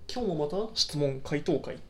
今日もまた質問回答会。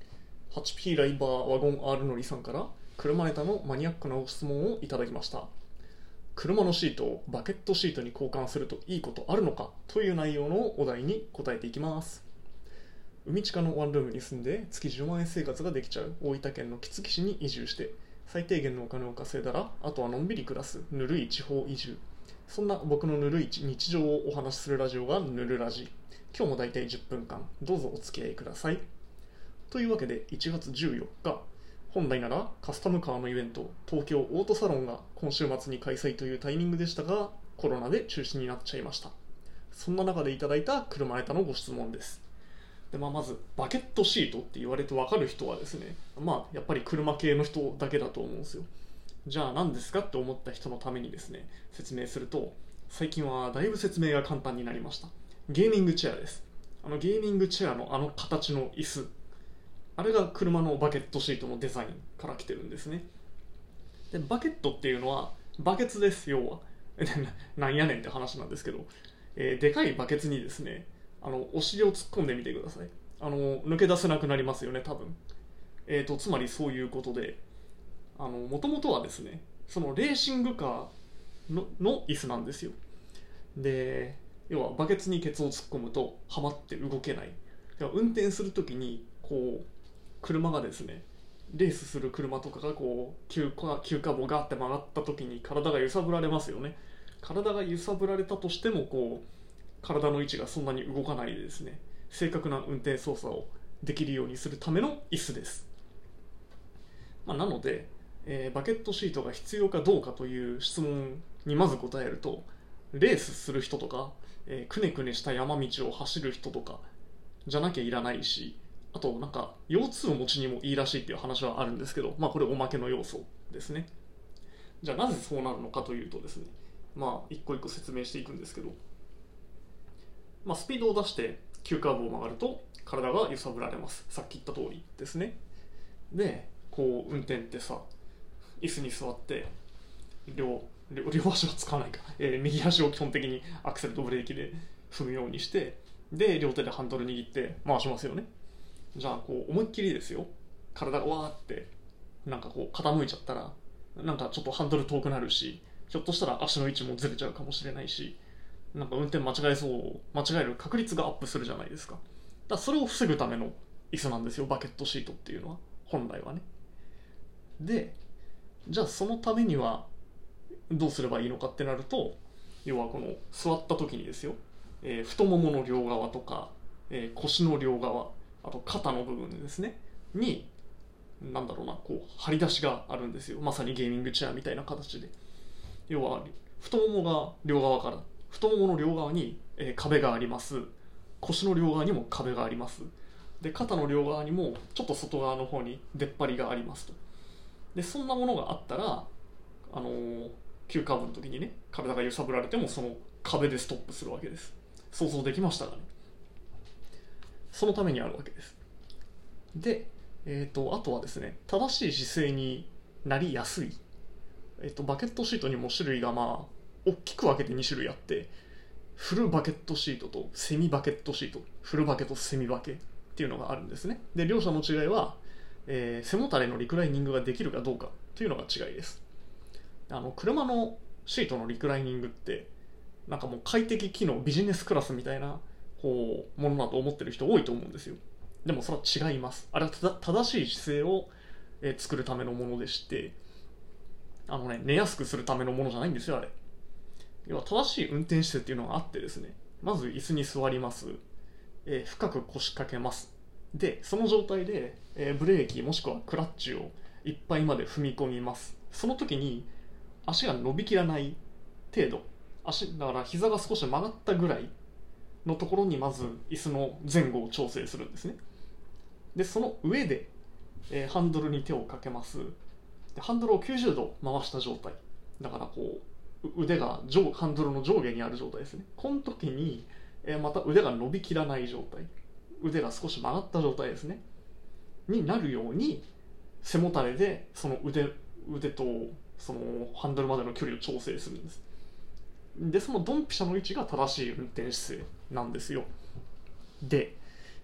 8P ライバーワゴン R のりさんから車ネタのマニアックなご質問をいただきました。車のシートをバケットシートに交換するといいことあるのかという内容のお題に答えていきます。海近のワンルームに住んで月10万円生活ができちゃう大分県の杵築市に移住して、最低限のお金を稼いだらあとはのんびり暮らすぬるい地方移住。そんな僕のぬるい日常をお話しするラジオがぬるラジ。今日もだいたい10分間どうぞお付き合いください。というわけで1月14日、本来ならカスタムカーのイベント東京オートサロンが今週末に開催というタイミングでしたが、コロナで中止になっちゃいました。そんな中でいただいた車ネタのご質問です。で、まずバケットシートって言われて分かる人はですね、やっぱり車系の人だけだと思うんですよ。じゃあ何ですかって思った人のためにですね、説明すると、最近はだいぶ説明が簡単になりました。ゲーミングチェアです。ゲーミングチェアの形の椅子、あれが車のバケットシートのデザインから来てるんですね。で、バケットっていうのはバケツです。要はなんやねんって話なんですけど、でかいバケツにですね、お尻を突っ込んでみてください。抜け出せなくなりますよね、多分。つまりそういうことで、もともとはですね、そのレーシングカーの椅子なんですよ。で、要はバケツにケツを突っ込むとはまって動けない。運転するときにこう車がですね、レースする車とかがこう急カーブをガーって曲がったときに体が揺さぶられますよね。体が揺さぶられたとしてもこう体の位置がそんなに動かないでですね、正確な運転操作をできるようにするための椅子です。なので、バケットシートが必要かどうかという質問にまず答えると、レースする人とか、くねくねした山道を走る人とかじゃなきゃいらないし、あとなんか腰痛持ちにもいいらしいっていう話はあるんですけど、これおまけの要素ですね。じゃあなぜそうなるのかというとですね、一個一個説明していくんですけど、スピードを出して急カーブを曲がると体が揺さぶられます。さっき言った通りですね。で、こう運転ってさ、椅子に座って両足は使わないか、右足を基本的にアクセルとブレーキで踏むようにして、で両手でハンドル握って回しますよね。じゃあこう思いっきりですよ、体がわーってなんかこう傾いちゃったら、なんかちょっとハンドル遠くなるし、ひょっとしたら足の位置もずれちゃうかもしれないし、なんか運転間違える確率がアップするじゃないですか。だからそれを防ぐための椅子なんですよ、バケットシートっていうのは、本来はね。で、じゃあそのためにはどうすればいいのかってなると、要はこの座った時にですよ、太ももの両側とか、腰の両側、あと肩の部分ですねに、こう張り出しがあるんですよ。まさにゲーミングチェアみたいな形で。要は太ももが両側から、太ももの両側に、壁があります。腰の両側にも壁があります。で、肩の両側にもちょっと外側の方に出っ張りがありますと。で、そんなものがあったら、急カーブの時にね、体が揺さぶられてもその壁でストップするわけです。想像できましたかね。そのためにあるわけです。で、あとはですね、正しい姿勢になりやすい、バケットシートにも種類が大きく分けて2種類あって、フルバケットシートとセミバケットシート、フルバケとセミバケっていうのがあるんですね。で、両者の違いは、背もたれのリクライニングができるかどうかというのが違いです。車のシートのリクライニングってなんかもう快適機能ビジネスクラスみたいなこうものだと思ってる人多いと思うんですよ。でもそれは違います。あれは正しい姿勢を、作るためのものでして、寝やすくするためのものじゃないんですよ、あれ。要は正しい運転姿勢っていうのがあってですね、まず椅子に座ります。深く腰掛けます。で、その状態で、ブレーキもしくはクラッチをいっぱいまで踏み込みます。その時に足が伸びきらない程度、だから膝が少し曲がったぐらいのところにまず椅子の前後を調整するんですね。で、その上で、ハンドルに手をかけます。で、ハンドルを90度回した状態、だからこう腕がハンドルの上下にある状態ですね。この時に、また腕が伸びきらない状態、腕が少し曲がった状態ですねになるように、背もたれでその腕とそのハンドルまでの距離を調整するんです。で、そのドンピシャの位置が正しい運転姿勢なんですよ。で、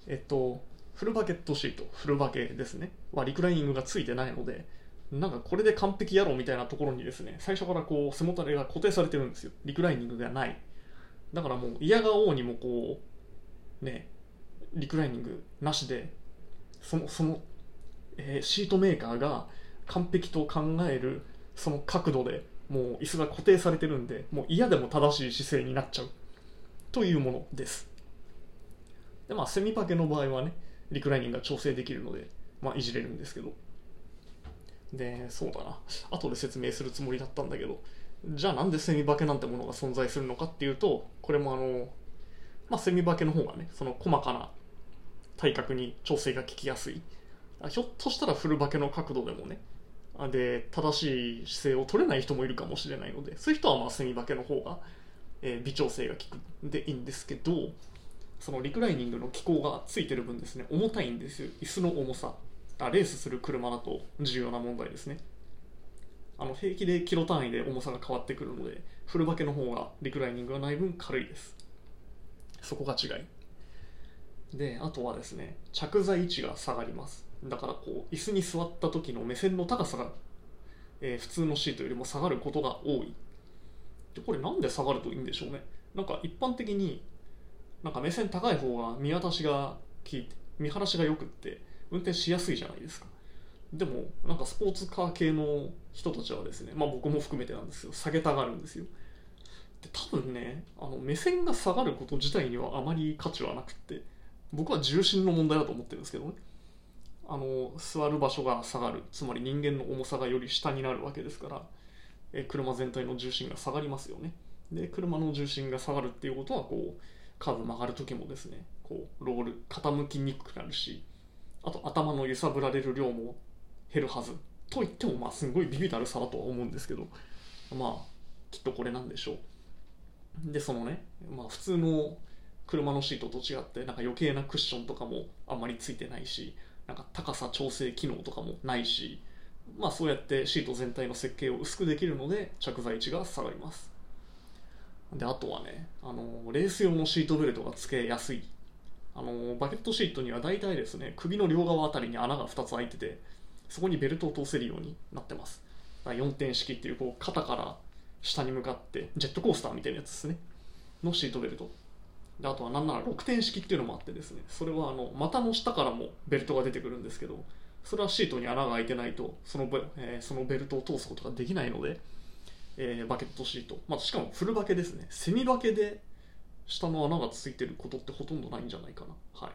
フルバケットシート、フルバケですねはリクライニングがついてないので、なんかこれで完璧やろうみたいなところにですね、最初からこう背もたれが固定されてるんですよ。リクライニングがない。だからもう嫌がおうにもこうね、リクライニングなしでそのシートメーカーが完璧と考えるその角度でもう椅子が固定されてるんで、もう嫌でも正しい姿勢になっちゃうというものです。でセミパケの場合はね、リクライニングが調整できるので、いじれるんですけど、でそうだな、後で説明するつもりだったんだけど、じゃあなんでセミバケなんてものが存在するのかっていうと、これもセミバケの方がね、その細かな体格に調整が効きやすい。ひょっとしたらフルバケの角度でもね、で正しい姿勢を取れない人もいるかもしれないので、そういう人はセミバケの方が、微調整が効くんでいいんですけど、そのリクライニングの機構がついてる分ですね、重たいんですよ。椅子の重さ、レースする車だと重要な問題ですね。平気でキロ単位で重さが変わってくるので、フルバケの方がリクライニングがない分軽いです。そこが違いで、あとはですね、着座位置が下がります。だからこう椅子に座った時の目線の高さが、普通のシートよりも下がることが多い。でこれなんで下がるといいんでしょうね。なんか一般的になんか目線高い方が見晴らしが良くって運転しやすいじゃないですか。でもなんかスポーツカー系の人たちはですね、僕も含めてなんですけど、下げたがるんですよ。で多分ね、目線が下がること自体にはあまり価値はなくって、僕は重心の問題だと思ってるんですけどね。座る場所が下がる、つまり人間の重さがより下になるわけですから、車全体の重心が下がりますよね。で車の重心が下がるっていうことはこうカーブ曲がる時もですね、こうロール傾きにくくなるし、あと頭の揺さぶられる量も減るはずと言ってもすごい微々たる差だとは思うんですけど、きっとこれなんでしょう。でそのね、普通の車のシートと違ってなんか余計なクッションとかもあんまりついてないし、なんか高さ調整機能とかもないし、そうやってシート全体の設計を薄くできるので着座位置が下がります。であとはね、レース用のシートベルトが付けやすい。バケットシートには大体ですね、首の両側あたりに穴が2つ開いてて、そこにベルトを通せるようになってます。4点式っていうこう肩から下に向かってジェットコースターみたいなやつですねのシートベルトで、あとはなんなら6点式っていうのもあってですね、それは股の下からもベルトが出てくるんですけど、それはシートに穴が開いてないとそのベルトを通すことができないので、バケットシート、しかもフルバケですね、セミバケで下の穴がついてることってほとんどないんじゃないかな。はい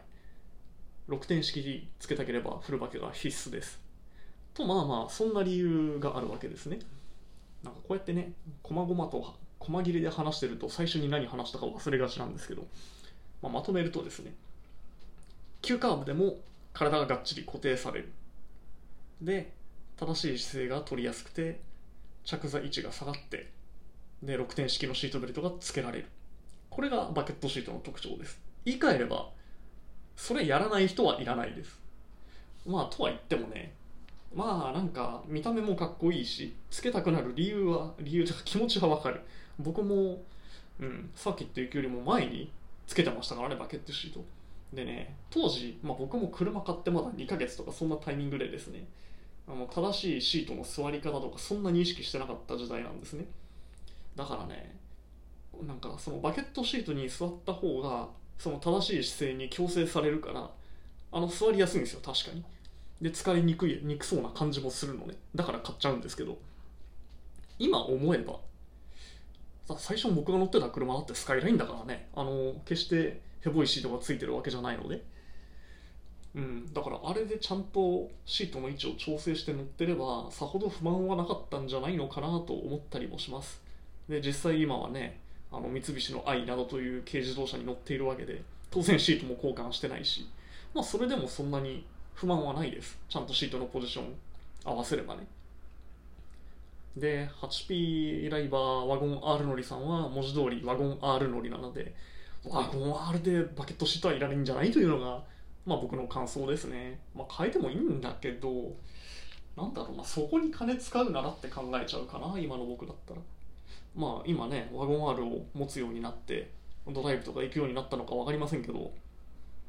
、6点式つけたければフルバケが必須ですと、そんな理由があるわけですね。なんかこうやってね、細切れで話してると最初に何話したか忘れがちなんですけど、まとめるとですね、急カーブでも体ががっちり固定される。で正しい姿勢が取りやすくて着座位置が下がって、で6点式のシートベルトが付けられる。これがバケットシートの特徴です。言い換えればそれやらない人はいらないです。とは言ってもね、なんか見た目もかっこいいし、つけたくなる理由とか気持ちはわかる。僕も、さっきっていうよりも前につけてましたからね、バケットシートでね。当時、僕も車買ってまだ2ヶ月とかそんなタイミングでですね、正しいシートの座り方とかそんなに意識してなかった時代なんですね。だからね、なんかそのバケットシートに座った方がその正しい姿勢に矯正されるから、座りやすいんですよ、確かに。で疲れにくそうな感じもするのね。だから買っちゃうんですけど、今思えば最初僕が乗ってた車だってスカイラインだからね、決してヘボいシートがついてるわけじゃないので、だからあれでちゃんとシートの位置を調整して乗ってればさほど不満はなかったんじゃないのかなと思ったりもします。で実際今はね、三菱の i などという軽自動車に乗っているわけで、当然シートも交換してないし、それでもそんなに不満はないです。ちゃんとシートのポジション合わせればね。で 8P ライバーワゴン R 乗りさんは文字通りワゴン R 乗りなので、ワゴン R でバケットシートはいらないんじゃないというのが僕の感想ですね。変えてもいいんだけど、なんだろうそこに金使うならって考えちゃうかな、今の僕だったら。今ね、ワゴン R を持つようになってドライブとか行くようになったのか分かりませんけど、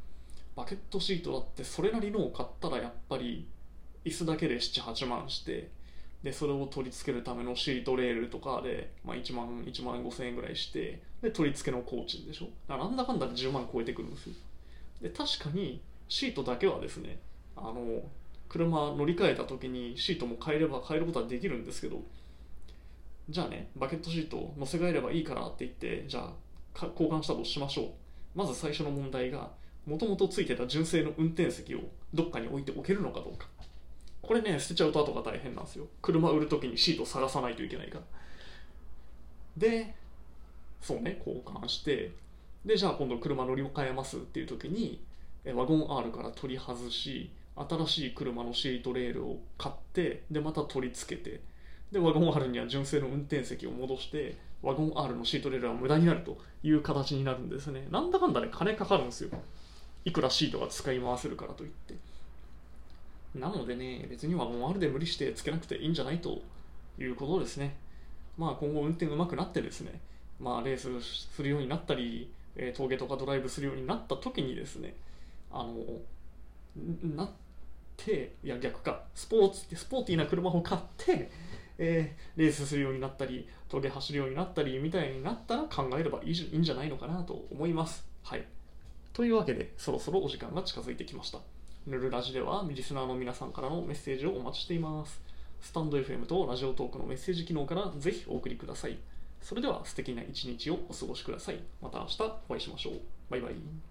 バケットシートだってそれなりのを買ったらやっぱり椅子だけで7、8万して、でそれを取り付けるためのシートレールとかで、1万5千円ぐらいして、で取り付けの工賃でしょ。だからなんだかんだで10万超えてくるんですよ。で確かにシートだけはですね、車乗り換えた時にシートも変えれば変えることはできるんですけど、じゃあねバケットシートを乗せ替えればいいからって言って、じゃあ交換したとしましょう。まず最初の問題が、もともとついてた純正の運転席をどっかに置いておけるのかどうか。これね、捨てちゃうと後が大変なんですよ。車売るときにシートを探さないといけないから。で、そうね、交換して、で、じゃあ今度車乗り換えますっていうときに、ワゴン R から取り外し、新しい車のシートレールを買って、で、また取り付けて、で、ワゴン R には純正の運転席を戻して、ワゴン R のシートレールは無駄になるという形になるんですね。なんだかんだね、金かかるんですよ。いくらシートが使い回せるからといって。なのでね、別にはもうあるで無理してつけなくていいんじゃないということですね。まあ今後運転上手くなってですね、まあレースするようになったり、峠とかドライブするようになった時にですね、あの、なって、いや逆か、スポーティーな車を買って、レースするようになったり、峠走るようになったりみたいになったら考えればいいんじゃないのかなと思います。はい。というわけで、そろそろお時間が近づいてきました。ヌルラジではリスナーの皆さんからのメッセージをお待ちしています。スタンド FM とラジオトークのメッセージ機能からぜひお送りください。それでは素敵な一日をお過ごしください。また明日お会いしましょう。バイバイ。